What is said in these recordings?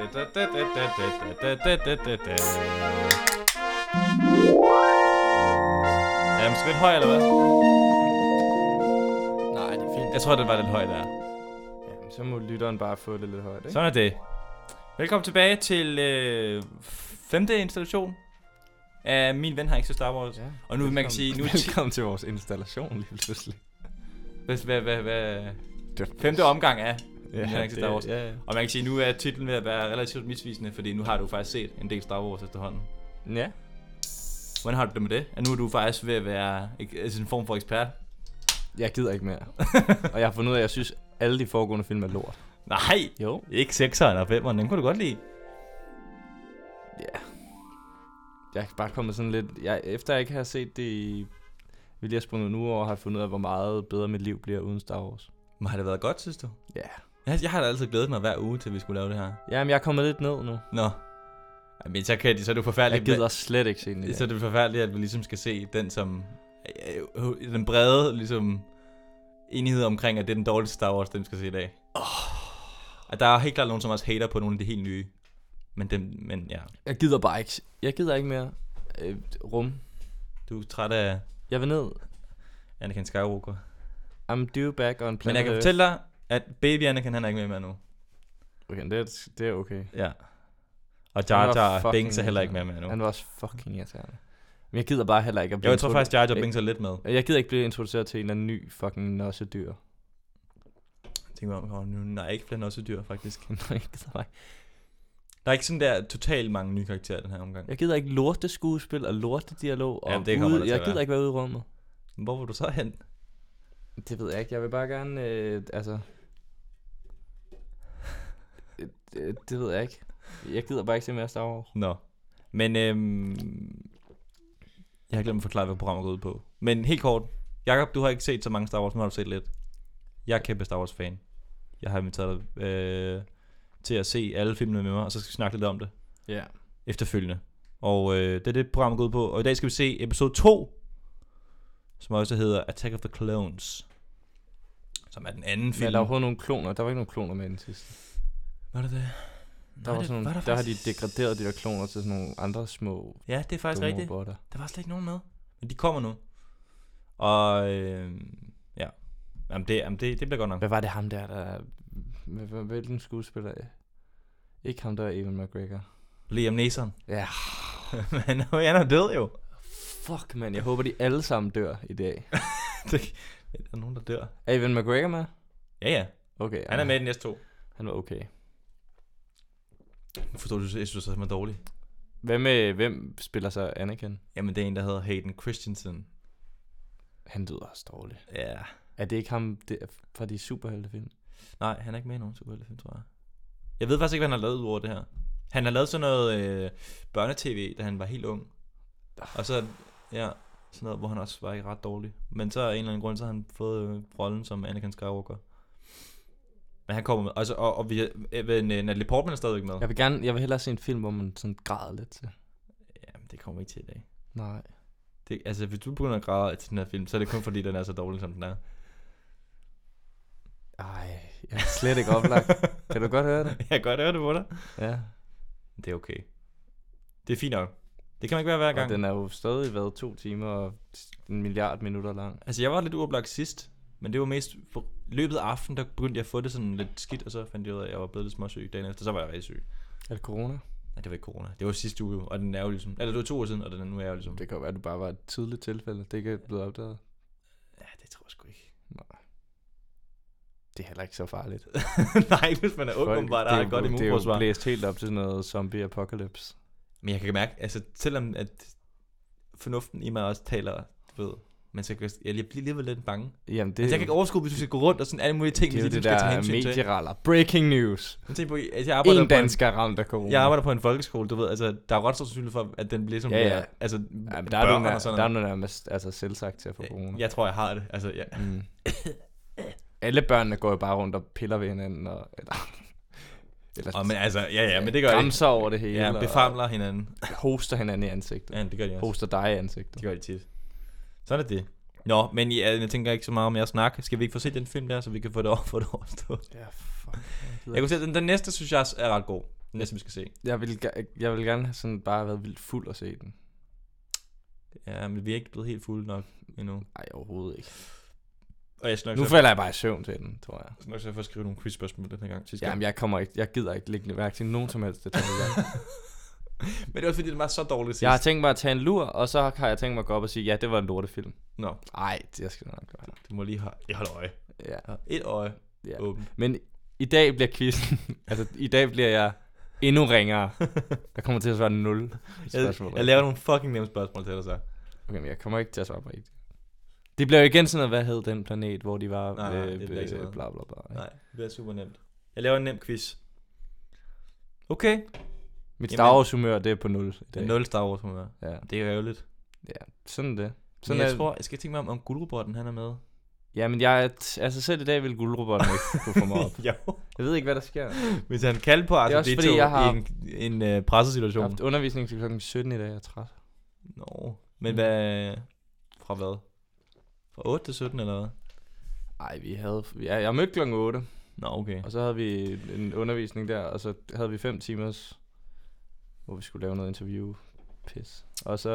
Er jeg måske lidt høj, eller hvad? Nej, det er fint. Jeg tror, det var lidt højt der. Jamen, så må lytteren bare få det lidt højt, ikke? Sådan er det. Velkommen tilbage til 5. installation af Min Ven Har Ikke Så Star Wars. Ja, og nu man kan sige... Velkommen til vores installation lige pludselig. Hvad? 5. omgang af Min Ven Har Ikke Så Star Wars. Ja. Og man kan sige, nu er titlen ved at være relativt misvisende, fordi nu har du faktisk set en del Star Wars efterhånden. Ja. Hvordan har du det med det? At nu er du faktisk ved at være en form for ekspert? Jeg gider ikke mere. Og jeg har fundet ud af, at jeg synes, alle de foregående film er lort. Nej! Jo. Ikke 6'eren og 5'eren, den kunne du godt lide. Ja. Jeg er bare kommet sådan lidt... Efter jeg ikke har set det i... Vil jeg sprunget nu over, har jeg fundet ud af, hvor meget bedre mit liv bliver uden Star Wars. Men har det været godt, synes du? Ja. Jeg har da altid glædet mig hver uge til, vi skulle lave det her. Jamen, jeg er kommet lidt ned nu. Nå. Men så er det forfærdeligt. Jeg gider slet ikke se den i dag. Så er det forfærdeligt, at vi ligesom skal se den som... Den brede, ligesom... enighed omkring, at det er den dårligste Star Wars, den vi skal se i dag. Og der er helt klart nogen, som også hater på nogle af de helt nye. Men ja. Jeg gider bare ikke. Jeg gider ikke mere rum. Du er træt af... Jeg vil ned. Anakin Skywalker. I'm due back on planet Men jeg kan fortælle dig, at baby Anakin, han er ikke med nu. Okay, det er okay. Ja. Og Jar Jar Binks er heller ikke med nu. Han var også fucking irriterende. Men jeg gider bare heller ikke at blive... Jeg tror faktisk, Jar Jar Binks er lidt med. Jeg gider ikke blive introduceret til en eller anden ny fucking nossedyr. Tænk mig om, nu er ikke flere nossedyr, faktisk. Nej, jeg gider bare ikke. Der er ikke sådan der totalt mange nye karakterer den her omgang. Jeg gider ikke lorteskuespil og lortedialog. Ja, det kommer jeg gider ikke være ude i rummet. Hvor vil du så hen? Det ved jeg ikke. Jeg vil bare gerne, det ved jeg ikke. Jeg gider bare ikke se mere Star Wars. Nå. Men jeg har glemt at forklare, hvad programmet går ud på. Men helt kort. Jakob, du har ikke set så mange Star Wars, men har du set lidt. Jeg er kæmpe Star Wars fan. Jeg har inviteret dig til at se alle filmene med mig, og så skal vi snakke lidt om det. Ja. Yeah. Efterfølgende. Og det er det, programmet går ud på. Og i dag skal vi se episode 2, som også hedder Attack of the Clones. Som er den anden film. Men der var nogle kloner. Der var ikke nogen kloner med i den sidste. Var det det? Der var sådan, der har de degraderet de der kloner til sådan nogle andre små... Ja, det er faktisk rigtigt. Robotter. Der var slet ikke nogen med. Men de kommer nu. Og ja. Jamen det bliver godt nok. Hvad var det ham der hvilken skuespiller? Ikke ham der, Ewan McGregor. Liam Neeson. Ja. Men han er død jo. Fuck, man. Jeg håber, de alle sammen dør i dag. Der er nogen, der dør. Er Ewan McGregor med? Ja. Okay. Han er med i den næste 2. Han var okay. Forstår du, jeg synes, han er dårlig. Hvem spiller så Anakin? Jamen, det er en, der hedder Hayden Christensen. Han lyder også dårlig. Ja. Er det ikke ham fra de superheltefilm? Nej, han er ikke med i nogen superheltefilm, tror jeg. Jeg ved faktisk ikke, hvad han har lavet ud over det her. Han har lavet sådan noget børnetv, da han var helt ung. Og så, ja, sådan noget, hvor han også var ikke ret dårlig. Men så af en eller anden grund, så har han fået rollen som Anakin Skywalker. Men han kommer med, altså, og vi Natalie Portman er stadigvæk med. Jeg vil hellere se en film, hvor man sådan græder lidt til. Jamen, det kommer vi ikke til i dag. Nej. Altså, hvis du begynder at græde til den her film, så er det kun fordi, den er så dårlig, som den er. Ej, jeg er slet ikke oplagt. Kan du godt høre det? Jeg kan godt høre det på dig. Ja. Det er okay. Det er fint nok. Det kan man ikke være hver gang. Og den er jo stadig været 2 timer og 1 milliard minutter lang. Altså, jeg var lidt uoplagt sidst, men det var mest på løbet af aftenen, der begyndte jeg at få det sådan lidt skidt, og så fandt jeg ud af, at jeg var blevet lidt småsyg dagen efter. Så var jeg rigtig syg. Er det corona? Nej, det var ikke corona. Det var sidste uge, og den er jo ligesom... Eller det var 2 uger siden, og nu er jeg jo ligesom... Det kan jo være, at det bare var et tidligt tilfælde. Det ikke er blevet opdaget. Ja, det tror jeg sgu ikke. Nej. Det er heller ikke så farligt. Nej, hvis man er ung, bare der har et godt immunforsvar. Det er jo blæst helt op til sådan noget zombie apocalypse. Men jeg kan mærke, altså selvom at fornuften i mig også taler, du ved... Men så jeg bliver alligevel lidt bange. Jamen, det altså, jeg kan ikke overskue, hvis du skal gå rundt og sådan alle mulige ting, det er hvis det skal tage hensyn til. Det der breaking news. En dansker er ramt af corona. Jeg arbejder på en folkeskole, du ved, altså der er ret stor sandsynlighed for, at den bliver som ja. Altså, ja, der er noget nærmest altså selvsagt til at få corona. Jeg tror, jeg har det. Altså, ja. Alle børnene går jo bare rundt og piller ved hinanden eller men altså, ja, men det gør de. Gramser over det hele. Ja, befamler hinanden. Hoster hinanden i ansigtet. Ja, det gør de også. Hoster dig i ansigtet. Det gør de tit. Sådan er det. Nå, men jeg tænker ikke så meget om jeg snakker. Skal vi ikke få set den film der, så vi kan få det overstået? Ja, fuck. Jeg kunne se, den næste synes jeg er ret god. Næste vi skal se. Jeg vil gerne have sådan bare været vildt fuld at se den. Ja, men vi er ikke blevet helt fulde nok endnu. Nej, overhovedet ikke. Og jeg skal nok Nu falder jeg bare i søvn til den, tror jeg. Jeg skal nok sørge for at skrive nogle quizspørgsmål den her gang. Jamen, jeg gider ikke lægge mærke til nogen som helst detaljer. Men det var fordi, det var så dårligt sidst. Jeg har tænkt mig at tage en lur, og så har jeg tænkt mig at gå op og sige, ja, det var en lortefilm. Nå. Nej, det skal nok gøre. Du må lige holde øje. Ja. Et øje Ja. åbent. Men i dag bliver quizzen, altså i dag bliver jeg endnu ringere. Der kommer til at svare 0 spørgsmål. Jeg laver nogle fucking nemme spørgsmål til dig så. Okay, men jeg kommer ikke til at svare på rigtigt. Det bliver jo igen sådan noget, hvad hed den planet, hvor de var Nej, det bliver ikke sådan noget. bla bla bla. Nej, det bliver super nemt. Jeg laver en nem quiz. Okay. Mit Star Wars humør, det er på 0 i dag. 0 Star Wars humør. Ja. Det er ærgerligt. Ja, sådan det. Men Sådan jeg tror, jeg skal tænke mig om guldrobotten han er med. Ja, men altså selv i dag vil guldrobotten ikke kunne få mig op. Jo. Jeg ved ikke, hvad der sker. Hvis han kalder på Det er også fordi, jeg har- i en Jeg pressesituation. har haft undervisning til klokken 17 i dag, jeg er træt. Nå. Men hvad... Fra hvad? Fra 8 til 17 eller hvad? Ej, jeg mødte klokken 8, Nå, okay. og så havde vi en undervisning der, og så havde vi 5 timers, hvor vi skulle lave noget interview. Pis. Og så...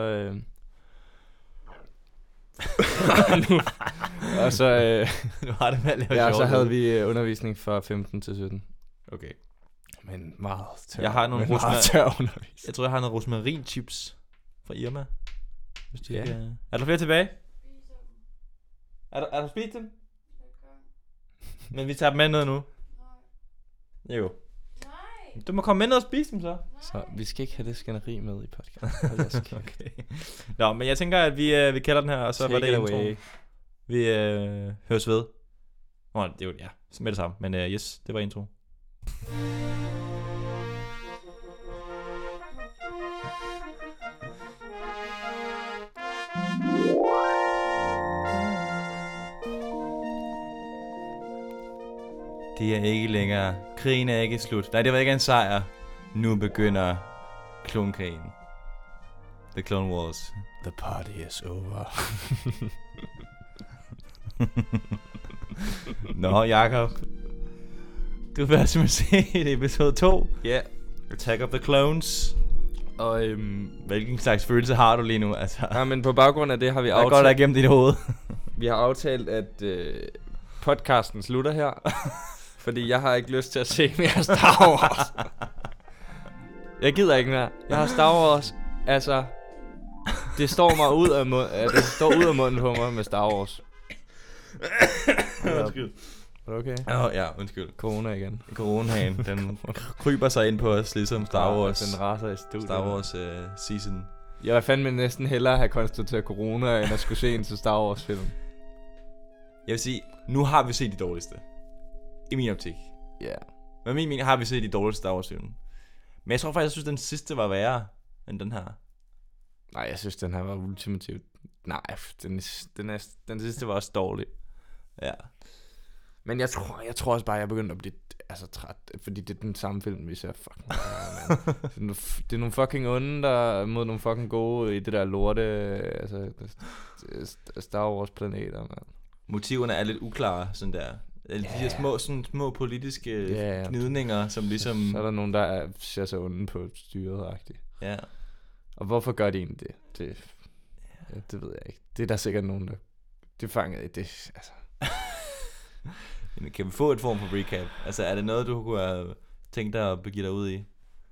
og så... Nu har det med at lave ja, og så sjovt havde ud. vi undervisning fra 15 til 17. Okay. Men meget tør. Jeg har nogle meget rosmarin- tør undervisning. Jeg tror, jeg har noget rosmarin chips fra Irma. Hvis de Ja. ikke er... Er der flere tilbage? Er der spist dem? Men vi tager dem med ned nu. Jo. Du må komme med ned og spise dem så. Så vi skal ikke have det skænderi med i podcasten. Okay. Nå, men jeg tænker, at vi kalder den her, og så Take var det it intro. away. Vi høres ved. Nå, det er jo, ja, med det samme. Men yes, det var intro. Det er ikke længere. Krigen er ikke slut. Nej, det var ikke en sejr. Nu begynder klonkrigen. The Clone Wars. The party is over. Nå, Jakob. Du vil simpelthen se episode 2. Ja. Yeah. Attack of the Clones. Og Hvilken slags følelse har du lige nu? Altså, ja, men på baggrund af det har vi hvad går der igennem dit hoved? Vi har aftalt, at podcasten slutter her. Fordi jeg har ikke lyst til at se mere Star Wars. Jeg gider ikke mere. Jeg har Star Wars. Altså, det står mig ud af det står ud af munden på mig med Star Wars. Undskyld. Er det okay? Ja, undskyld. Corona igen. Coronaen, den kryber sig ind på os, ligesom Star Wars. Den raser i studiet. Star Wars season. Jeg vil fandme næsten hellere have konstateret corona, end at skulle se en til Star Wars film. Jeg vil sige, nu har vi set de dårligste. I min optik. Ja. Yeah. Med min mening har vi set de dårligste Star Wars film. Men jeg tror faktisk, jeg synes, den sidste var værre end den her. Nej, jeg synes, den her var ultimativt. Nej, den sidste var også dårlig. Ja. Men jeg tror også bare, jeg begyndte at blive træt, fordi det er den samme film, vi ser. Fucking man. Det er nogle fucking onde, der mod nogle fucking gode i det der lorte, Star Wars planeter, man. Motiverne er lidt uklare, sådan der. De her små politiske gnidninger, som ligesom... Så er der nogen, der ser sig onde på styret-agtigt. Ja. Og hvorfor gør de egentlig det? Det ved jeg ikke. Det er der sikkert nogen, der... Det fangede i det, altså... Men kan vi få et form for recap? Altså, er det noget, du kunne have tænkt dig at begive dig ud i?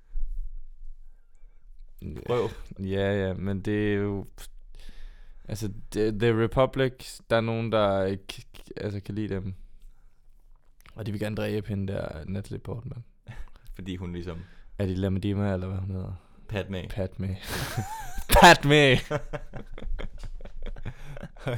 Prøv. Ja, men det er jo... Altså, The Republic, der er nogen, der ikke kan lide dem. Og de vil gerne dræbe hende der, Natalie Portman. Fordi hun ligesom... Er de Lamedima, eller hvad hun hedder? Padme. Padme! Okay.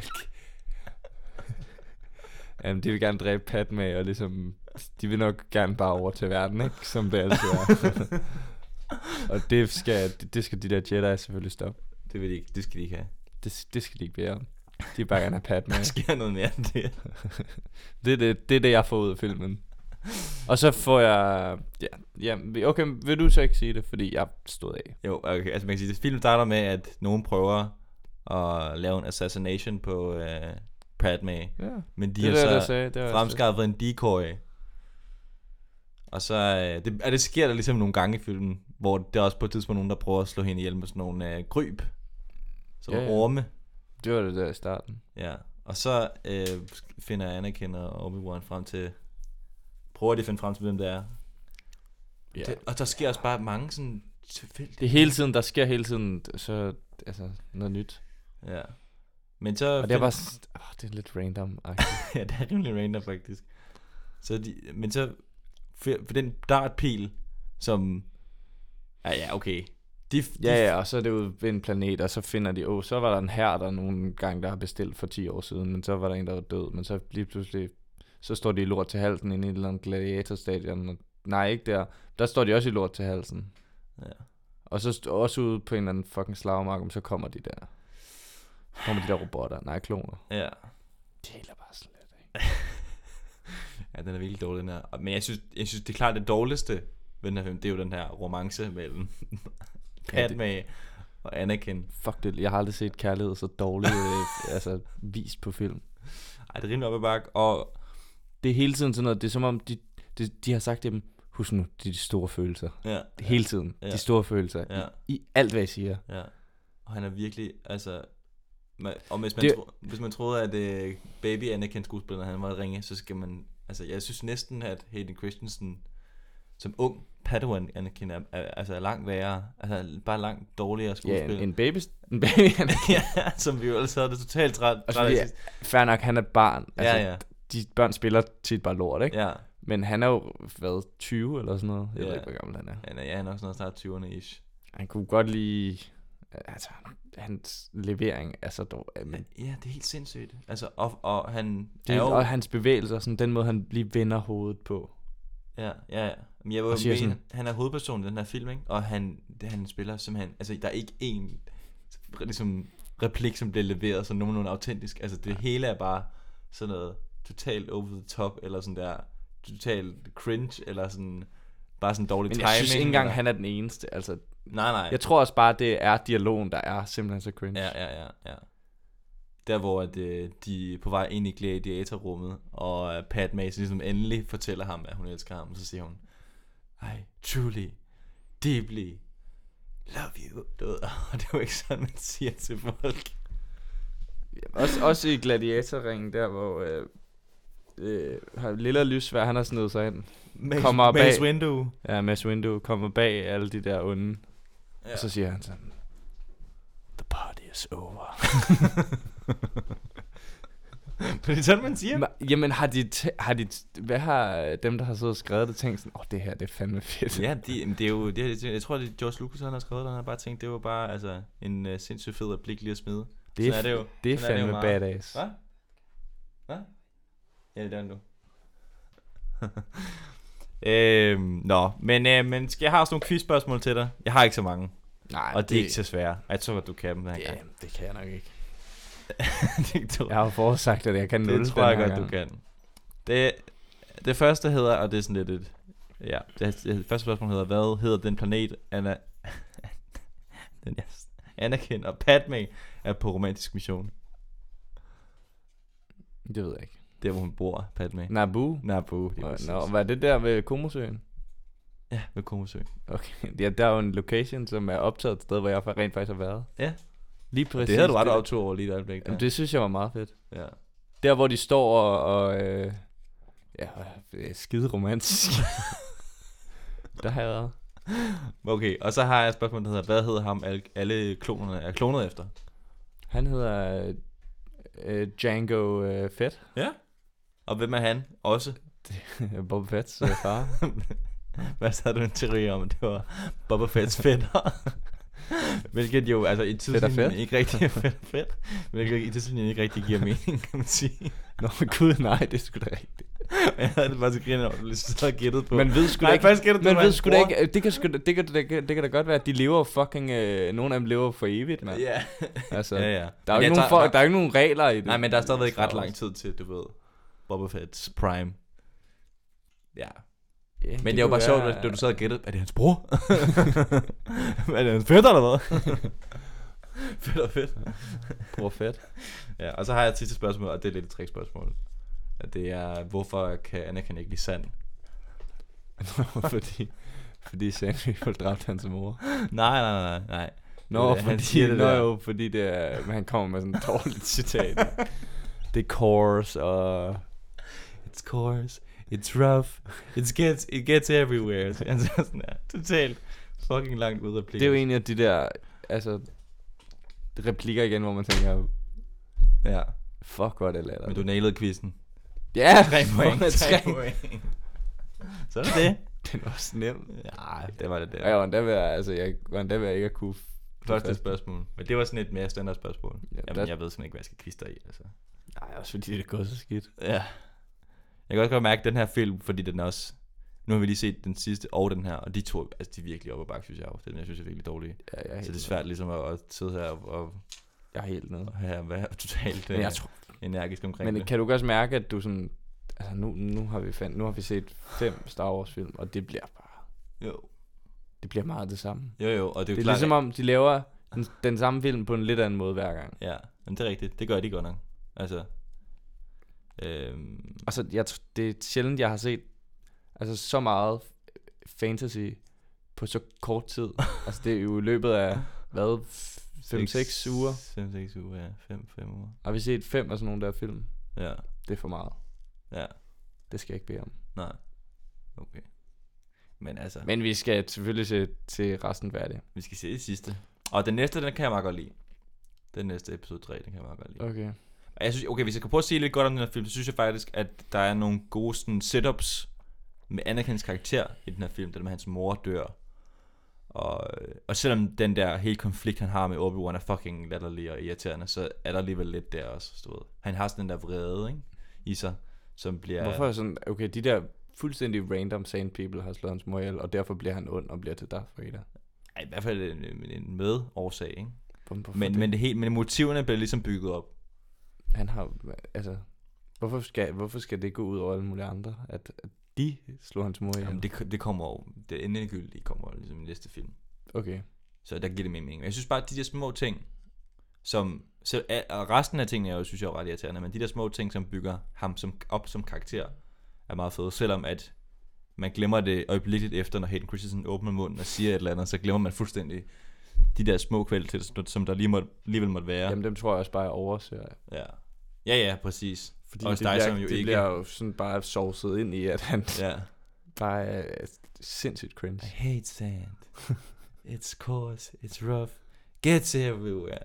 Jamen, de vil gerne dræbe Padme, og ligesom... De vil nok gerne bare over til verden, ikke? Som det altid er. Og det skal de der Jedi selvfølgelig stoppe. Det vil de ikke. Det skal de ikke have. Det skal de ikke bede om. De vil bare gerne have Padme. Der sker noget mere end det. Det er det, jeg får ud af filmen. Og så får jeg... Ja, okay, vil du så ikke sige det, fordi jeg stod af? Jo, okay, altså man kan sige, at filmen starter med, at nogen prøver at lave en assassination på Padme. Ja. Men de har så fremskaffet en decoy. Og så, det sker der ligesom nogle gange i filmen, hvor der er også på et tidspunkt nogen, der prøver at slå hende ihjel med sådan nogle gryb. Som orme. Det var det der i starten. Ja, og så finder Anakin og Obi-Wan frem til, prøver de at finde frem til, hvem det er. Ja. Og der sker også bare mange sådan tilfældige. Det er hele tiden, der sker hele tiden, så altså noget nyt. Ja. Men så og det er bare, det er lidt random. ja, det er rimelig random faktisk. Men så for den dartpil, som ja, okay. Og så er det ude ved en planet, og så finder de, så var der en hær, der nogle gange, der har bestilt for 10 år siden, men så var der en, der var død, men så lige pludselig, så står de i lort til halsen inde i et eller andet gladiatorstadion. Nej, ikke der står de også i lort til halsen. Ja. Og så også ude på en eller anden fucking slagmark, så kommer de der. Robotter, nej, kloner. Ja. Det er bare slet, ikke? Ja, den er virkelig dårlig, den her. Men jeg synes det er klart det dårligste ved den her film, det er jo den her romance mellem Padme og Anakin. Fuck det, jeg har aldrig set kærlighed så dårligt altså vist på film. Ej, det er rimelig op ad bakke, og det er hele tiden sådan noget, det er som om de har sagt til dem, husk nu, det er de store følelser. Ja. Hele tiden, de store følelser. Ja. I alt, hvad jeg siger. Ja. Og han er virkelig, altså. Og hvis man troede, at baby Anakin skuespiller, han var ringe, så skal man, altså jeg synes næsten, at Hayden Christensen som ung Padawan Anakin er langt værre, altså bare langt dårligere skuespiller. Ja, en baby Anakin. Ja, som vi jo ellers havde det totalt træt. Fair nok, han er barn. Altså, ja. De børn spiller tit bare lort, ikke? Ja. Men han er jo, 20 eller sådan noget. Jeg ved ikke, hvor gammel han er. Han er nok sådan noget snart 20'erne ish. Han kunne godt lide, altså hans levering er så dårlig. Ja, det er helt sindssygt. Altså, og han og hans bevægelser, sådan den måde, han lige vender hovedet på. Ja. Men jeg vil jo mene, han er hovedpersonen i den her film, ikke? Og han spiller simpelthen, altså der er ikke en ligesom replik, som bliver leveret sådan nogenlunde autentisk. Altså det hele er bare sådan noget totalt over the top, eller sådan der totalt cringe, eller sådan bare sådan dårlig timing. Men jeg synes ikke engang, han er den eneste. Altså, nej. Jeg tror også bare, det er dialogen, der er simpelthen så cringe. Ja. Der hvor de er på vej ind i gladiatorrummet, og Padme ligesom endelig fortæller ham, at hun elsker ham, og så siger hun, I truly, deeply love you. Og det er jo ikke sådan, man siger til folk. Også i gladiatorringen, der hvor lille lysvær, han har snedet sig ind. Mace Windu. Ja, Mace Windu kommer bag alle de der onde. Ja. Og så siger han sådan, the party is over. For det er sådan, man siger. Jamen har de hvad har dem, der har siddet og skrevet det, tænkt sådan, det her, det er fandme fedt. Ja, det er jo, jeg tror, det er George Lucas, han har skrevet det, han har bare tænkt, det var bare altså en sindssygt fed replik lige at smide. Det er jo. Det er fandme badass. Hvad? Ja, det er den du. Men jeg har også nogle quizspørgsmål til dig. Jeg har ikke så mange. Nej, og det er ikke så svære. Jeg tror, at du kan dem her gang. Det kan jeg nok ikke. Jeg har forudsagt, at jeg kan 0. Det tror jeg godt, du kan. Det første hedder, og det er sådan lidt det første spørgsmål hedder, hvad hedder den planet Anakin og Padme er på romantisk mission? Det ved jeg ikke. Der hvor hun bor, Padme. Naboo. Hvad er det der ved Komosøen? Ja, ved Komosøen. Okay, ja, der er jo en location, som er optaget et sted, hvor jeg rent faktisk har været. Ja. Lige præcis. Det havde du ret optur over lige et øjeblik. Jamen, det synes jeg var meget fedt. Ja. Der hvor de står og skide romantisk. Der har jeg været. Okay, og så har jeg et spørgsmål, der hedder, hvad hedder ham alle klonerne er klonet efter? Han hedder Django Fett. Ja. Og hvem er han også? Boba Fetts far. Hvad så havde du en teori om, det var Boba Fetts fætter? Hvilket jo altså i tidslinjen ikke rigtig fedt. Hvilket i tidslinjen ikke rigtig giver mening, kan man sige. Nå gud, nej, det er sgu da rigtigt. Jeg havde det bare så griner, at du lige så gættet på. Men ved sgu da ikke, det kan da godt være, at de lever fucking, nogle af dem lever for evigt, mand. Ja. Altså, ja. Der er jo ikke nogen regler i det. Nej, men der er stadigvæk ikke ret lang tid til, du ved, Boba Fett's prime. Ja. Yeah, men det var bare sjovt, da du sad og gættede, er det hans bror? Er det hans fætter eller hvad? Fedt. Bror fedt. Ja, og så har jeg et sidste spørgsmål, og det er lidt et trickspørgsmål. Det er, hvorfor kan Anakin ikke lide sand? fordi Samuel dræbte hans mor. Nej. Nå, Det er, han siger det der. fordi det er, han kommer med sådan et dårligt citat. Det er coarse, og... It's coarse, it's rough, it gets everywhere. Så han er sådan der, totalt fucking langt ud af replikker. Det er jo en af de der, altså, replikker igen, hvor man tænker, Ja, fuck, hvor er det latter. men du nailede quizzen. Ja, 3 point. 3 3 point. Så er det det. Den var også nem. Ja, det var det der. Og jeg var endda ved, jeg var endda ved ikke at kunne... Første spørgsmål. Men det var sådan et mere standard spørgsmål. Ja, Jamen, jeg ved simpelthen ikke, hvad jeg skal kviste dig i. Altså. Nej, også fordi det er gået så skidt. Ja. Jeg kan også godt mærke den her film, fordi den også... Nu har vi lige set den sidste og den her, og de to, altså de er virkelig oppe ad bakke, synes jeg. Jeg synes, det er virkelig dårlige. Ja, jeg er Så det er svært ligesom at sidde her og Jeg er helt nede. være totalt Men jeg tror, energisk omkring men det. kan du også mærke, at du sådan... Altså, nu har vi set 5 Star Wars film, og det bliver bare... Jo. Det bliver meget det samme. Jo, og det er jo Det er klart, ligesom om, de laver den samme film på en lidt anden måde hver gang. Ja, men det er rigtigt. Det gør de godt nok. Altså... Altså, det er sjældent, jeg har set så meget fantasy på så kort tid. Altså, det er jo i løbet af, hvad, 5-6 uger? 5-6 uger, ja. 5 uger. Har vi set 5 af sådan nogle der film? Ja, Det er for meget. ja. Det skal jeg ikke bede om. Nej. Okay. Men altså, Men vi skal selvfølgelig se til resten færdig. vi skal se det sidste. Og den næste, den kan jeg meget godt lide. Den næste episode 3, den kan jeg meget godt lide. Okay. Og jeg synes, okay, hvis jeg kan prøve at sige lidt godt om den her film, så synes jeg faktisk, at der er nogle gode sådan, setups med Anakins karakter i den her film. Den med hans mor dør. Og selvom den der hele konflikt, han har med Obi-Wan er fucking latterlig og irriterende, så er der alligevel lidt der også, du ved. Han har sådan den der vrede, ikke, i sig, som bliver... Hvorfor er sådan, okay, de der fuldstændig random sane people har slået hans mor ihjel, og derfor bliver han ond og bliver til Darth Vader? Ej, i hvert fald en medårsag, ikke? Hvorfor Men motiverne bliver ligesom bygget op. han har, altså, hvorfor skal det gå ud over alle mulige andre, at de slår hans mor ihjel? Jamen, det kommer jo, det endegyldige kommer jo ligesom i næste film. Okay. Så der giver det mere mening. Jeg synes bare, at de der små ting, og resten af tingene, jeg synes jeg er ret irriterende, men de der små ting, som bygger ham op som karakter, er meget fede. Selvom at man glemmer det øjeblikkeligt efter, når Hayden Christensen åbner munden og siger et eller andet, så glemmer man fuldstændig de der små kvaliteter, som der alligevel måtte være. Jamen dem tror jeg også bare, jeg overser. Ja, præcis. Fordi og det bliver jo sådan bare sovset ind i, at han bare er sindssygt cringe. I hate sand. It's coarse, it's rough, gets everywhere.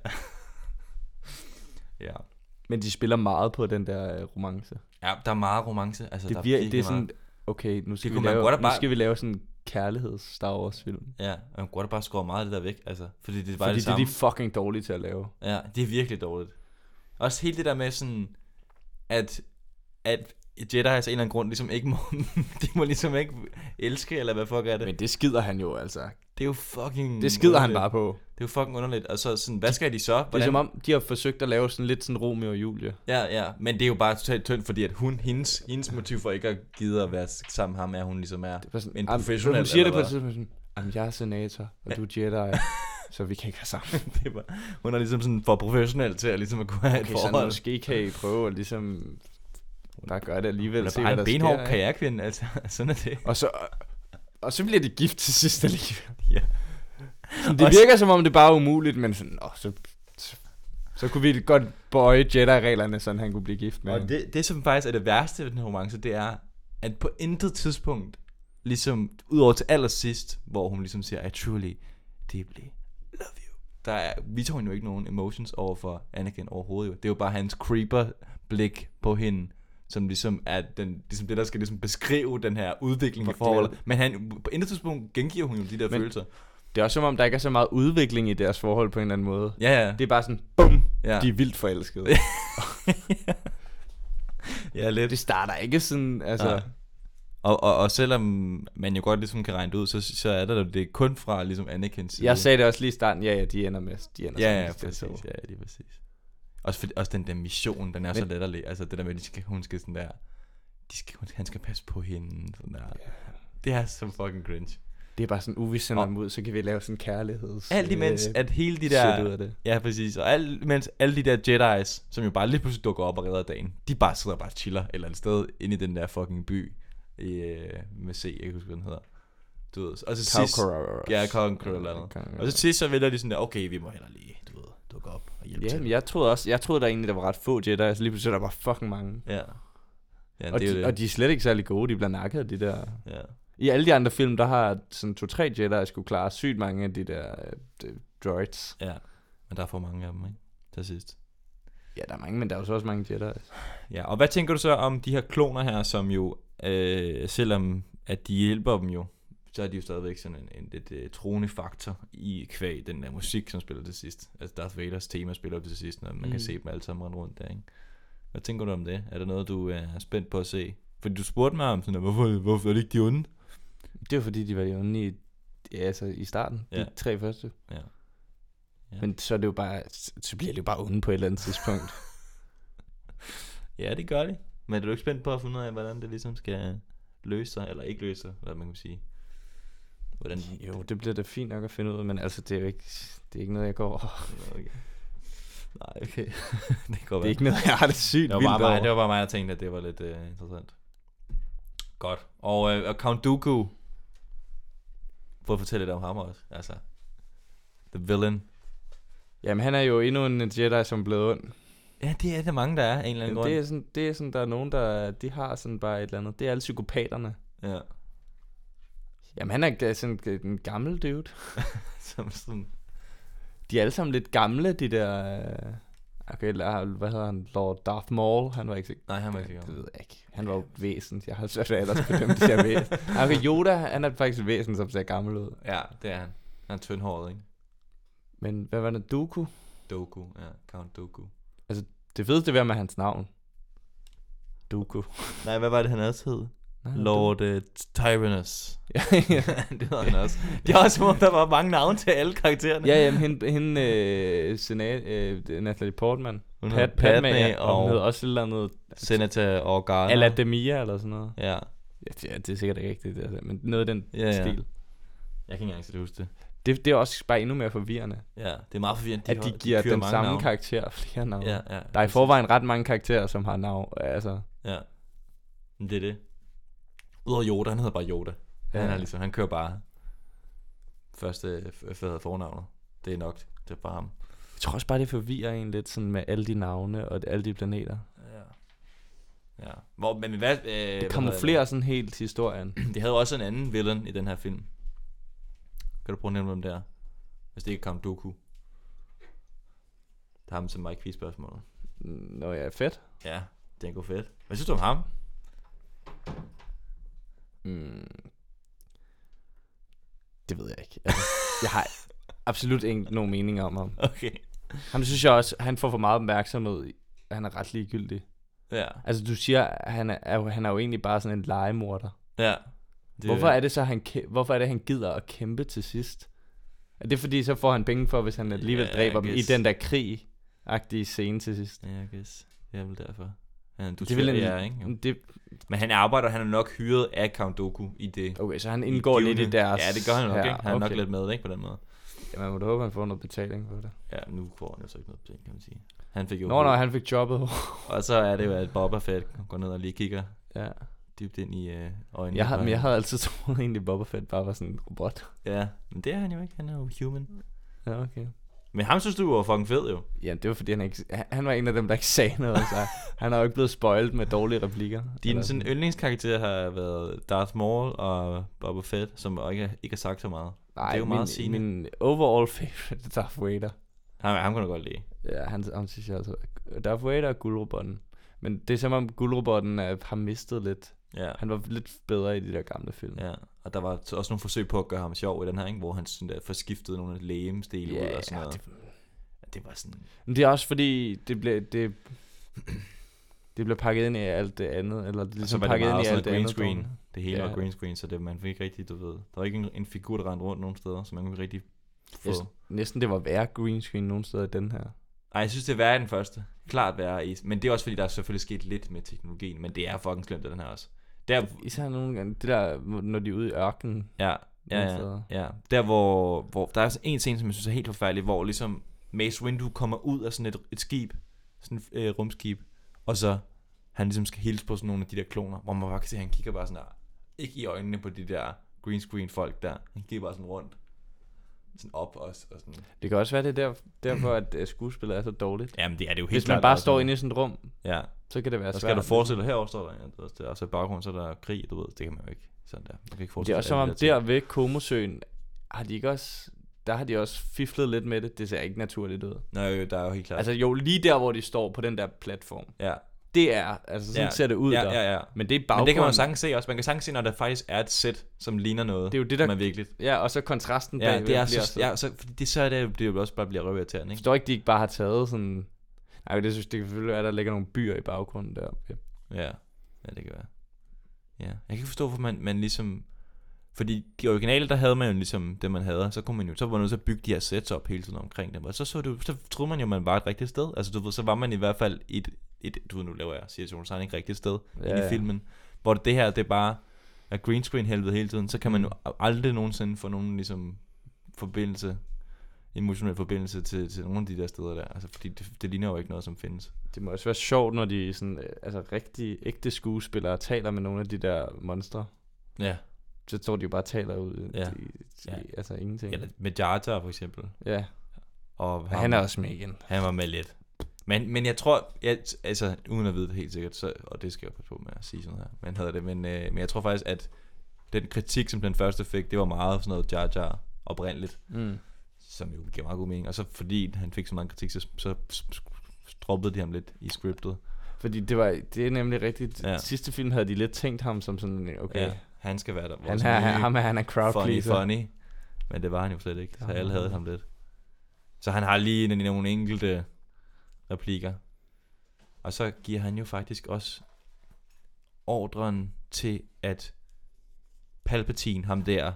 Ja. Men de spiller meget på den der romance. Ja, der er meget romance. Altså, Det er sådan, okay, nu skal vi lave sådan en kærligheds Star Wars film. Ja, og man kunne da bare skrue meget af det der væk, altså. Fordi det er Fordi det samme. Det er de fucking dårlige til at lave. Ja, det er virkelig dårligt. Også helt det der med sådan, at Jedi af en eller anden grund ligesom ikke må, de må ligesom ikke elske, eller hvad fuck er det? Men det skider han jo, altså. Det er jo fucking... Det skider underligt. han bare på. Det er jo fucking underligt. Og så sådan, hvad skal de så? Det er som om, de har forsøgt at lave sådan lidt sådan Romeo og Julie. Ja, men det er jo bare totalt tyndt, fordi at hendes motiv for ikke at gide at være sammen med ham, er, at hun ligesom er sådan, en professionel. Hun siger det på et tidspunkt sådan, jeg er senator, og du er Jedi, så vi kan ikke være sammen. Det er bare, hun er ligesom sådan for professionel til at ligesom at kunne have et forhold. Så måske kan I prøve at ligesom bare gøre det alligevel. Hun er bare en benhård karrierekvinde, altså. Sådan er det. Og så bliver de gift til sidst alligevel. Ja. Det virker som om det bare er umuligt, men sådan, så kunne vi godt bøje Jedi-reglerne, så han kunne blive gift med. Og det som faktisk er det værste ved den her romance, det er, at på intet tidspunkt, ligesom udover til allersidst, hvor hun ligesom siger, I truly, deeply love you. Vi tog jo ikke nogen emotions over for Anakin overhovedet jo. Det er jo bare hans creeper-blik på hende, som ligesom er ligesom det, der skal ligesom beskrive den her udvikling i forholdet. Men på intet tidspunkt gengiver hun jo de der følelser. Det er også som om, der ikke er så meget udvikling i deres forhold på en eller anden måde. Ja. Det er bare sådan, bum, ja. De er vildt forelskede. Ja, lidt. Det starter ikke sådan, altså... Ja. Og selvom man jo godt ligesom kan regne det ud, så er det er kun fra ligesom Anakins side. Jeg sagde det også lige i starten, de ender præcis. Ja, lige præcis. Også den der mission, den er så latterlig. Altså det der med, hun skal sådan der, han skal passe på hende, sådan der. Yeah. Det er så fucking cringe. Det er bare sådan, vi sender dem ud, så kan vi lave sådan kærligheds... Alt imens, at hele de der... Ja, præcis. Og imens alle de der Jedis, som jo bare lige pludselig dukker op og redder dagen, de bare sidder og bare chiller et eller andet sted inde i den der fucking by med C, jeg kan huske, hvad den hedder. Du ved, og så sidst... Ja, Conqueror eller andet. Og så sidst så vælger de sådan der, okay, vi må heller lige, du ved, dukke op og hjælpe til. Men jeg troede der egentlig, der var ret få Jedi, så lige pludselig der var fucking mange. Ja. Og, og de er slet ikke særlig gode, de bliver nakket af de der... Ja. I alle de andre film, der har sådan 2-3 Jedi skulle klare sygt mange af de der droids. Ja, men der er for mange af dem, ikke? Til sidst. Ja, der er mange, men der er jo så også mange Jedi. Ja, og hvad tænker du så om de her kloner her, som jo, selvom at de hjælper dem jo, så er de jo stadigvæk sådan en lidt troende faktor i kvæg den der musik, som spiller til sidst. Altså Darth Vaders tema spiller til sidst, når man kan se dem alle sammen rundt der, ikke? Hvad tænker du om det? Er der noget, du er spændt på at se? Fordi du spurgte mig om sådan, hvorfor er det ikke de onde? Det var fordi, de var de onde i starten. De 3 første. Ja. Men så er det jo bare, så bliver det jo bare onde på et eller andet tidspunkt. Ja, det gør de. Men er du ikke spændt på at finde ud af, hvordan det ligesom skal løse sig, eller ikke løse sig, hvad man kan sige? Hvordan... Jo, det bliver da fint nok at finde ud af, men altså, det er ikke noget, jeg går over. Okay. Nej, okay. Det er ikke noget, jeg har det sygt vildt over. Det var bare mig, der tænkte, at det var lidt interessant. Godt. Og Count Dooku. Prøv at fortælle lidt om ham også. Altså, the villain. Jamen, han er jo endnu en Jedi, som er blevet ond. Ja, det er der mange, der er en eller anden grund. Det er sådan, der er nogen, de har sådan bare et eller andet. Det er alle psykopaterne. Ja. Jamen, han er sådan en gammel dude. Som sådan... De er alle sammen lidt gamle, de der... Okay, hvad hedder han? Lord Darth Maul. Han var ikke sikker. Nej, han var ikke sikker. Det ved jeg ikke. Han var jo et væsen. Jeg har svært ved ellers bedømme det her væsen. Okay, Yoda, han er faktisk et væsen, som ser gammel ud. Ja, det er han. Han er tyndhåret, ikke? Men hvad var det? Dooku? Dooku, ja. Count Dooku. Altså, det fedeste ved med hans navn. Dooku. Nej, hvad var det, han også hed? Lord Tyrannus. Ja. Det hedder han også. Det er også som om, der var mange navne til alle karaktererne. Ja, jamen, hende Natalie Portman. Padme, og hun hedder også et eller andet... Senator Organa. Eller Demia, eller sådan noget. Ja. Ja, det er sikkert ikke rigtigt, altså, men noget af den stil. Jeg kan ikke engang huske det. Det er også bare endnu mere forvirrende. Ja, det er meget forvirrende. At de giver den samme navn. Karakter flere navne. Ja, der er i forvejen ret mange karakterer, som har navn. Altså. Ja, men det er det. Udover Yoda, han hedder bare Yoda. Ja. Han kører bare første fornavnet. Det er nok. Det er bare ham. Jeg tror også bare, det forvirrer en lidt sådan med alle de navne og alle de planeter. Ja. Men hvad... det kamuflerer sådan helt historien. De havde også en anden villain i den her film. Kan du prøve at nævne dem der? Hvis det ikke kom Dooku. Der har ham til mig i quiz-spørgsmålet. Nå ja, fedt. Ja, det er fedt. Hvad synes du om ham? Det ved jeg ikke. Altså, jeg har absolut ikke nogen mening om ham. Okay. Ham synes jeg også, han får for meget opmærksomhed. Han er ret ligegyldig. Ja. Altså du siger, han er jo egentlig bare sådan en legemorder. Ja. Hvorfor er det så, han gider at kæmpe til sidst? Er det fordi, så får han penge for, hvis han alligevel dræber dem i den der krig-agtige scene til sidst? Ja, jeg guess. Det er vel derfor. Ikke? Men han arbejder, han er nok hyret af Count Dooku i det. Okay, så han indgår lidt i deres... Ja, det gør han nok, ikke? Han er nok lidt med, ikke, på den måde. Ja, man må da håbe, han får noget betaling for det. Ja, nu får han jo så ikke noget betaling, kan man sige. Han fik jo... Nå, han fik jobbet. Og så er det jo, at Boba Fett går ned og lige kigger dybt ind i øjnene. Jeg havde altid troet egentlig, Boba Fett bare var sådan en robot. Ja, men det er han jo ikke. Han er jo human. Ja, okay. Men ham synes du var fucking fed jo. Ja, det var fordi han var en af dem, der ikke sagde noget. Så han har jo ikke blevet spoilet med dårlige replikker. Din sådan yndlingskarakter har været Darth Maul og Boba Fett, som ikke har sagt så meget. Nej, det er jo meget sigende. Min overall favorite er Darth Vader. Ham kan du godt lide. Ja, han synes jeg altså. Darth Vader er guldrobotten. Men det er som om guldrobotten har mistet lidt. Ja. Han var lidt bedre i de der gamle film. Ja, og der var også nogle forsøg på at gøre ham sjov i den her, ikke? Hvor han sådan der forskiftet nogle lægemsdele ud og sådan noget. Det var sådan... Men det er også fordi, det blev pakket ind i alt det andet. Eller det ligesom pakket ind i alt det green andet. Screen. Det hele var green screen, så det, man fik ikke rigtig, du ved. Der var ikke en figur, der rendte rundt nogen steder, så man kunne rigtig få... Næsten det var værre green screen nogen steder i den her. Ej, jeg synes det er værre i den første. Klart værre i. Men det er også fordi, der er selvfølgelig sket lidt med teknologien. Men det er fucking slemt, den her også. Især nogle gange, det der, når de er ude i ørkenen. Ja. Der hvor der er en scene, som jeg synes er helt forfærdelig, hvor ligesom Mace Windu kommer ud af sådan et skib, sådan et rumskib, og så han ligesom skal hilse på sådan nogle af de der kloner, hvor man bare kan se, at han kigger bare sådan der, ikke i øjnene på de der green screen folk der. Han gik bare sådan rundt. Sådan op også. Og sådan. Det kan også være, det er derfor, at skuespillet er så dårligt. Jamen det er det jo helt Hvis klart. man bare står inde i sådan et rum, ja. så kan det være så svært. skal du forestille dig, herovre står der, og så i baggrunden, så er der krig, du ved. Det kan man jo ikke. Sådan der. Man kan ikke Det er forestille også som om der ved Komosøen, har de ikke også... Der har de også fiflet lidt med det. Det ser ikke naturligt ud. Nej, der er jo helt klart. Altså jo, lige der, hvor de står på den der platform. Ja. Det er, altså sådan ser det ud der. Ja. Men det er baggrunden. Men det kan man jo sagtens se også. Man kan sagtens se, når der faktisk er et sæt, som ligner noget. Det er jo det, der... Som er virkeligt. Ja, og så kontrasten Ja, bagved det er bliver så... Ja, så, fordi det, så er det jo også bare bliver røvirriterende, Jeg ikke? forstår ikke, de ikke bare har taget sådan... Nej, det synes det kan selvfølgelig være, at der ligger nogle byer i baggrunden der. Ja, det kan være. Ja, jeg kan ikke forstå, hvorfor man ligesom... Fordi de originale, der havde man jo ligesom det, man havde. Så kunne man jo, så var man nødt til at bygge de her sets op hele tiden omkring dem. Og så troede man jo, man var et rigtigt sted. Altså du ved, så var man i hvert fald du ved, nu laver jeg situationen et rigtigt sted inde i filmen. Hvor det her, det er bare er green screen helvede hele tiden. Så kan man jo aldrig nogensinde få nogen ligesom emotionel forbindelse til nogle af de der steder der. Altså fordi det ligner jo ikke noget, som findes. Det må også være sjovt, når de sådan, altså rigtig ægte skuespillere taler med nogle af de der monstre. Ja. Så tror de jo bare taler ud. Ja. Altså ingenting. Eller med Jar Jar for eksempel. Ja. Og han er også med igen. Han var med lidt. Men jeg tror, altså uden at vide det helt sikkert, så, og det skal jeg passe på med at sige sådan her, men jeg tror faktisk, at den kritik, som den første fik, det var meget sådan noget Jar Jar oprindeligt, som jo giver meget god mening. Og så fordi han fik så meget kritik, så droppede de ham lidt i scriptet. Fordi det er nemlig rigtigt. Ja. Sidste film havde de lidt tænkt ham som sådan, okay. Ja, han skal være der. Han er crowd pleaser. Funny. Men det var han jo slet ikke. Så alle havde ham lidt. Så han har lige nogle enkelte replikker. Og så giver han jo faktisk også ordren til, at Palpatine, ham der,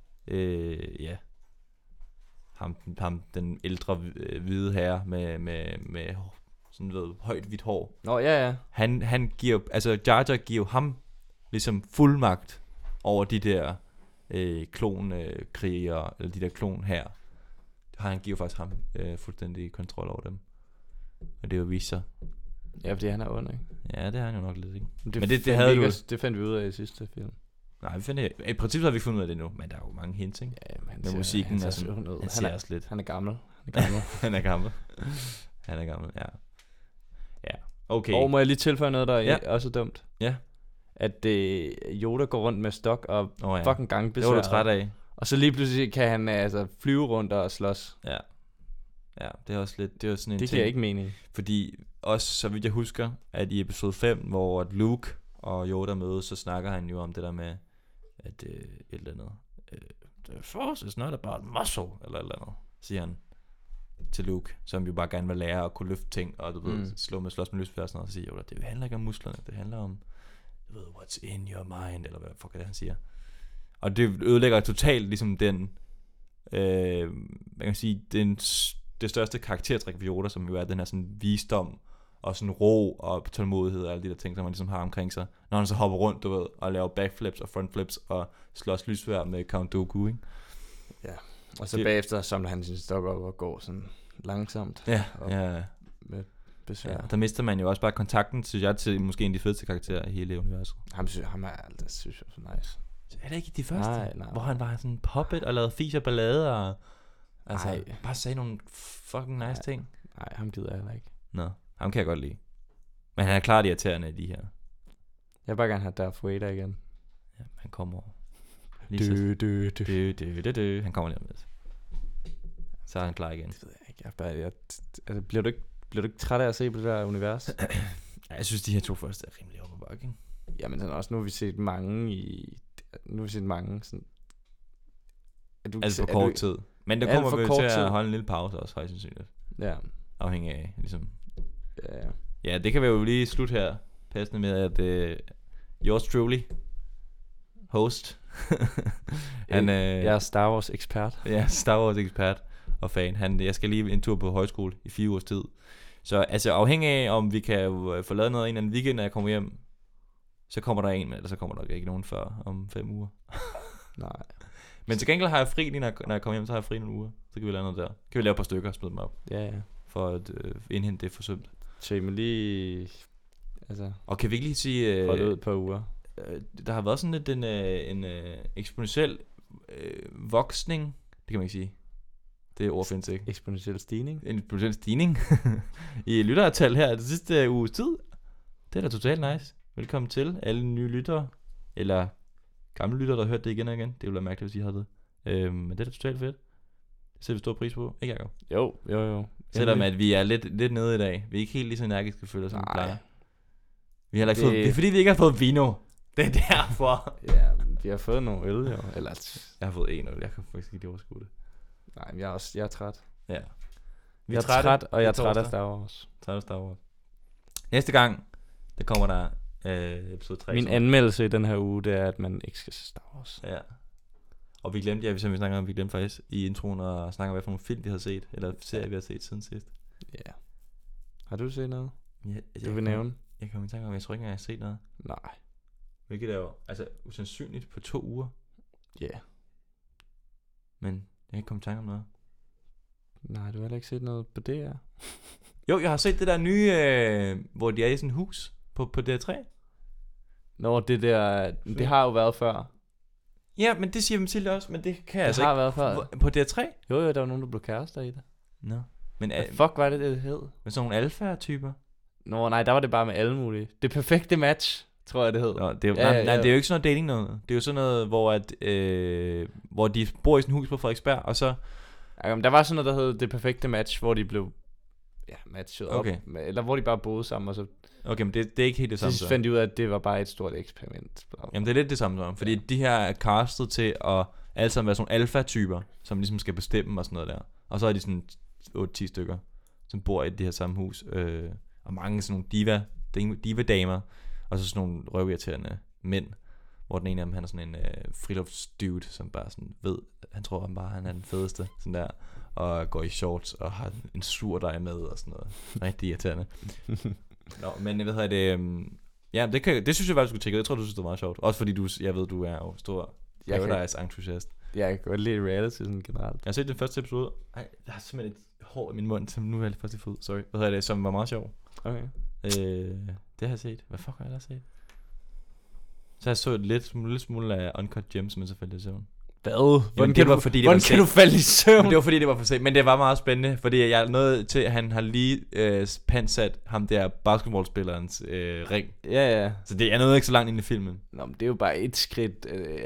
ham den ældre hvide herre med sådan noget højt hvidt hår. Ja. Han giver, altså Jar Jar giver ham ligesom fuldmagt over de der klonkrigere, eller de der klon her. Han giver faktisk ham fuldstændig kontrol over dem. Og det er jo vist sig. Ja, fordi han er ond, ikke? Ja, det er han jo nok lidt, ikke? Men det havde du... Det fandt vi ud af i sidste film. Nej, i princippet har vi fundet ud af det nu, men der er jo mange hints, ikke? Ja, med musikken. Han ser også lidt. Han er gammel. Han er gammel, ja. Ja, okay. Og må jeg lige tilføje noget, der er også dumt? Ja. At Yoda går rundt med stok og fucking gangbesvær. Det var du træt af. Og så lige pludselig kan han altså flyve rundt og slås. Ja. Ja, det er også lidt, det er sådan en det giver ikke mening. Fordi også, så vidt jeg husker, at i episode 5, hvor Luke og Yoda mødes, så snakker han jo om det der med, at et eller andet, the force is not about muscle, eller et eller andet, siger han til Luke, som jo bare gerne vil lære at kunne løfte ting, og du ved, slås med lysfærd og sådan noget, og så siger Yoda, det handler ikke om musklerne, det handler om, du ved, what's in your mind, eller hvad fuck er det, han siger. Og det ødelægger totalt ligesom den, man kan sige, det største karaktertræk for Yoda, som jo er den her sådan visdom, og sådan ro og tålmodighed og alle de der ting, som man ligesom har omkring sig, når han så hopper rundt, du ved, og laver backflips og frontflips, og slås lysvær med Count Dooku, ikke? Ja, og så bagefter samler han sin stok op og går sådan langsomt. Ja, med besvær. Ja, der mister man jo også bare kontakten til måske en af de fedeste karakterer i hele universet. Ham er altid, synes jeg, så nice. Er det ikke de første? Nej. Hvor han var sådan en puppet og lavede fis og ballade og altså Ej. bare sagde nogle fucking nice ting. Nej, ham gider jeg heller ikke. Nå, ham kan jeg godt lide. Men han er klart irriterende i de her. Jeg vil bare gerne have Darth Vader igen. Ja, han kommer over. Han kommer lige om lidt. Så er han klar igen. Det ved jeg ikke. Altså, bliver du ikke træt af at se på det der univers? Ja, jeg synes de her to første er rimelig op ad bakke, ikke? Jamen sådan også, nu har vi set mange sådan... Altså på kort tid. Men der kommer vi til at holde en lille pause også, højst sandsynligt. Ja. Afhængig af, ligesom. Ja. Ja, det kan vi jo lige slutte her. Passende med, at yours truly, host. Jeg er Star Wars ekspert. Ja, Star Wars ekspert og fan. Jeg skal lige en tur på højskole i 4 ugers tid. Så altså afhængig af, om vi kan få lavet noget en eller anden weekend, når jeg kommer hjem, så kommer der en, eller så kommer der ikke nogen før om 5 uger. Nej. Men til gengæld har jeg fri lige, når jeg kommer hjem, så har jeg fri nogle uger. Så kan vi lave noget der. Kan vi lave et par stykker og smide dem op. Ja. For at indhente det forsømt. Så I må lige... Altså... Og kan vi ikke lige sige... Hold ud på uger. der har været sådan lidt en eksponentiel voksning, det kan man ikke sige. Det ord findes ikke. Eksponentiel stigning. En eksponentiel stigning i lyttertal her det sidste uges tid. Det er da totalt nice. Velkommen til alle nye lyttere, eller gamle lyttere, der har hørt det igen og igen. Det ville være mærkeligt, hvis I havde det. Men det er da totalt fedt. Det sætter vi stor pris på, ikke Jacob? Jo. Selvom at vi er lidt nede i dag. Vi er ikke helt lige så energiske føler, som vi plejer. Vi har heller ikke fået, det er fordi, vi ikke har fået vino. Det er derfor. Ja, vi har fået nogle øl, jo. Eller... Jeg har fået en øl, jeg kan faktisk ikke overskue det. Nej, men jeg er træt. Ja. Jeg er træt, og jeg er træt af Star Wars. Træt af Star Wars. Næste gang, der kommer der episode 3. Min anmeldelse i den her uge, det er, at man ikke skal se Star Wars. Ja. Og vi glemte, som vi snakker om, vi glemte faktisk i introen at snakke om, hvad for nogle film, vi har set, eller serier, vi har set siden sidst. Ja. Har du set noget? Ja, Du vil nævne? Jeg kan jo tænke om, jeg tror ikke engang, jeg har set noget. Nej. Hvilket er jo altså usandsynligt på 2 uger. Ja. Yeah. Men jeg kan ikke komme i tanke om noget. Nej, du har heller ikke set noget på DR? Jo, jeg har set det der nye, hvor de er i sådan et hus på DR3. Nå, det der, det har jo været før. Ja, men det siger Mathilde også, men det kan jeg altså ikke. Det har været før. På DR3? Jo, der var nogen, der blev kærester i det. Nå. Men fuck var det hed? Med sådan nogle alfa-typer? Nå, nej, der var det bare med alle mulige. Det perfekte match, tror jeg det hed. Nå, det er jo, nej, det er jo ikke sådan noget dating noget. Det er jo sådan noget, hvor de bor i sådan et hus på Frederiksberg, og så... Ja, der var sådan noget, der hed det perfekte match, hvor de blev matchet op. Eller hvor de bare boede sammen, og så... Okay, men det er ikke helt det samme. Så fandt de ud af, at det var bare et stort eksperiment. Jamen, det er lidt det samme som. Fordi de her er castet til at alle sammen være sådan nogle alfa-typer, som ligesom skal bestemme og sådan noget der. Og så er de sådan 8-10 stykker, som bor i det her samme hus. Og mange sådan nogle diva-damer, og så sådan nogle røvirriterende mænd, hvor den ene af dem, han er sådan en friluftsdude, som bare sådan ved, han tror han er den fedeste, sådan der, og går i shorts og har en surdej med og sådan noget. Rigtig irriterende. Nå, men hvad hedder det, ja, det synes jeg faktisk, du skulle tjekke. Jeg tror, du synes, det var meget sjovt. Også fordi jeg ved, du er jo stor Paradise-entusiast. Jeg kan godt lide reality sådan generelt. Jeg har set den første episode. Ej, jeg har simpelthen et hår i min mund, som nu er jeg lige først i fod. Sorry. Hvad hedder det, som var meget sjov. Okay. Det har jeg set. Hvad fuck har jeg da set? Så jeg så et lidt smule af Uncut Gems, men selvfølgelig i søvn. Hvad? Hvordan kan du falde i søvn? Men det var fordi det var for sent. Men det var meget spændende, fordi jeg nåede til, at han har lige pansat ham der basketballspillerens ring. Ja. Så det er noget ikke så langt ind i filmen. Nå, men det er jo bare et skridt,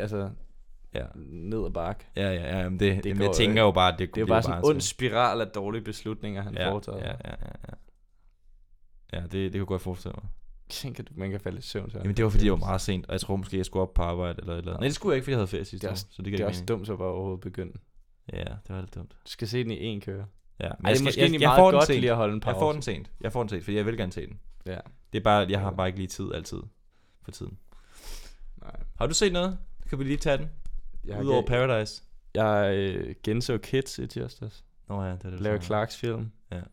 ned ad bakke. Ja, men jeg tænker jo bare, at det er jo bare sådan en ond spiral af dårlige beslutninger, han foretager. Ja, det kunne jeg godt forestille mig. Tænker du, man kan falde i søvn? Jamen det var fordi, det var meget sent, og jeg tror måske, jeg skulle op på arbejde eller et eller andet. Nej, det skulle jeg ikke, fordi jeg havde ferie sidste år. Så det er også dumt, så bare overhovedet begynde. Ja, det var lidt dumt. Du skal se den i en køre. Ja, men det er måske egentlig meget godt lige at holde en pause. Jeg får den sent, fordi jeg vil gerne se den. Ja. Det er bare, jeg har bare ikke lige tid altid for tiden. Nej. Har du set noget? Kan vi lige tage den? Udover Paradise. Jeg genså Kids i tirsdags. Nå ja, det Larry Clarks film. Ja.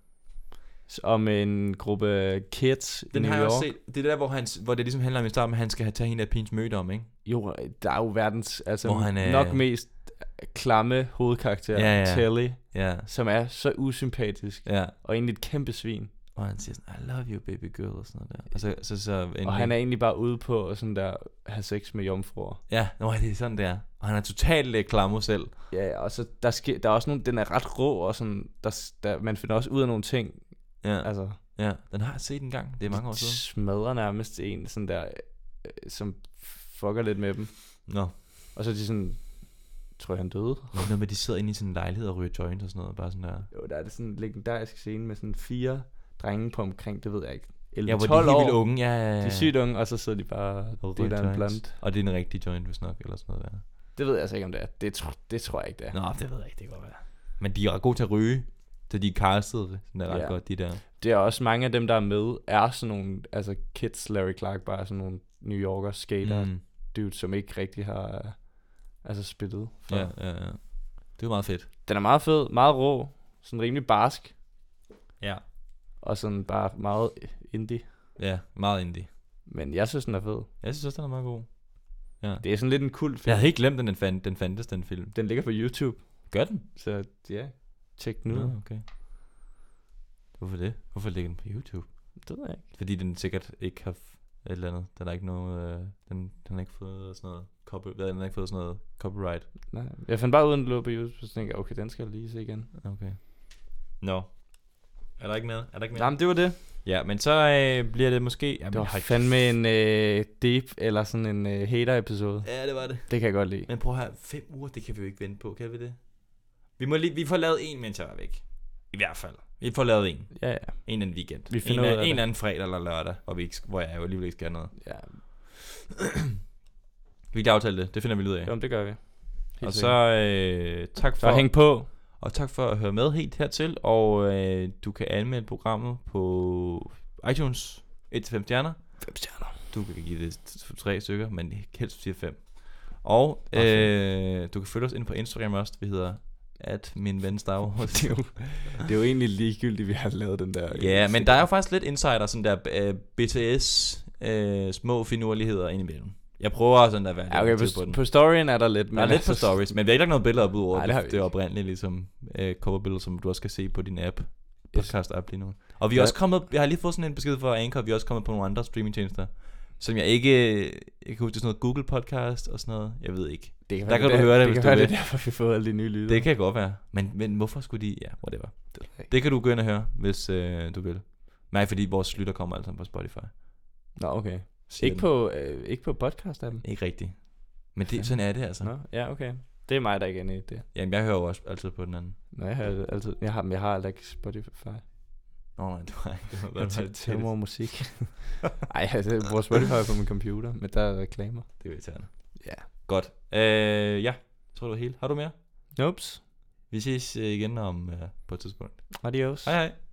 Om en gruppe kids i New York. Set. Det er der, hvor det ligesom handler om i starten, at han skal tage hende af pigens møde om, ikke? Jo, der er jo verdens nok mest klamme hovedkarakter, Telly, som er så usympatisk, og egentlig et kæmpe svin. Og han siger sådan, I love you baby girl, og sådan noget der. Og han er egentlig bare ude på sådan der, have sex med jomfruer. Ja, det er sådan der. Og han er totalt klammer selv. Ja, og så der er også nogle, den er ret rå, og sådan, der man finder også ud af nogle ting. Ja, altså, ja, den har jeg set en gang. Det er mange år siden. Smadrer nærmest en sådan der, som fucker lidt med dem. Nå. Og så er de sådan, tror jeg han døde. Noget med de sidder inde i sådan en lejlighed og ryger joint og sådan noget, bare sådan der. Jo, der er det sådan en legendarisk scene med sådan 4 drenge på omkring, det ved jeg ikke, 11-12 år. Ja, hvor de er helt vildt unge, ja. De er sygt unge, og så sidder de bare og ryger en blunt. Og det er en rigtig joint, hvis nok, eller sådan noget der. Det ved jeg altså ikke, om det er. Det tror jeg ikke, det er. Nå, det ved jeg ikke, det kan godt være. Men de er ret gode til at ryge. Så de er castet sådan der ret godt, de der. Det er også mange af dem, der er med, er sådan nogle, altså kids, Larry Clark, bare sådan nogle New Yorker skater, dude, som ikke rigtig har, spillet. Ja. Det er jo meget fedt. Den er meget fed, meget rå, sådan rimelig barsk. Ja. Og sådan bare meget indie. Ja, meget indie. Men jeg synes, den er fed. Jeg synes også, den er meget god. Ja. Det er sådan lidt en kult film. Jeg havde ikke glemt, at den fandtes, den film. Den ligger på YouTube. Gør den? Så ja, tjek den ud. Okay. Hvorfor det? Hvorfor ligger den på YouTube? Det ved jeg ikke. Fordi den sikkert ikke har... et eller andet. Den har ikke noget, den har ikke fået sådan noget den har ikke fået sådan noget copyright. Nej, jeg fandt bare ud af, at den lå på YouTube, så tænkte jeg, okay, den skal jeg lige se igen. Okay. Nå. Er der ikke mere? Jamen, det var det. Ja, men så bliver det måske... Jamen, Det var fandme en deep, eller sådan en hater-episode. Ja, det var det. Det kan jeg godt lide. Men prøv at høre, 5 uger, det kan vi jo ikke vente på, kan vi det? Vi får lavet en, mens jeg er væk. I hvert fald. Vi får lavet en. Ja. En anden weekend. Vi finder ud af det. En anden fredag eller lørdag, hvor jeg jo alligevel ikke skal noget. Ja. Vi kan aftale det. Det finder vi ud af. Jo, det gør vi. Og så tak for... Så hæng på. Og tak for at høre med helt hertil. Og du kan anmelde programmet på iTunes 1-5 stjerner. 5 stjerner. Du kan give det 3 stykker, men helst 4-5. Og du kan følge os ind på Instagram også. Vi hedder @minvenstavros. Det er jo egentlig ligegyldigt, vi har lavet den der. Ja, men der er jo faktisk lidt insider, sådan der BTS små finurligheder indimellem. Jeg prøver sådan der at være ja, okay, på den. På storyen er der lidt. Der er lidt på stories, men vi har ikke lagt noget billeder op ud over. Nej, det er oprindeligt ligesom coverbilleder, som du også kan se på din app. Podcast app lige nu. Og vi er også kommet, jeg har lige fået sådan en besked fra Anchor, vi er også kommet på nogle andre streamingtjenester, som jeg kan huske, det er sådan noget Google Podcast og sådan noget. Jeg ved ikke. Det kan der kan du høre det, hvis du vil. Det er derfor, vi får alle de nye lyder. Det kan godt være. Men hvorfor skulle de... Ja, whatever. Det kan du gå ind og høre, hvis du vil. Nej, fordi vores lytter kommer altså på Spotify. Nå, okay. Ikke på podcast-appen? Ikke rigtigt. Men sådan er det altså. Nå, ja, okay. Det er mig, der ikke er inde i det. Jamen, jeg hører jo også altid på den anden. Nå, jeg hører altid. Jeg har aldrig ikke Spotify. Nå, nej, du har ikke. Jeg tænker musik. Ej, altså, vores Spotify på min computer, men der er reklamer. Det er irriterende. Ja. Godt. Ja, jeg tror det var helt. Har du mere? Nope. Vi ses igen på et tidspunkt. Adios. Hej hej.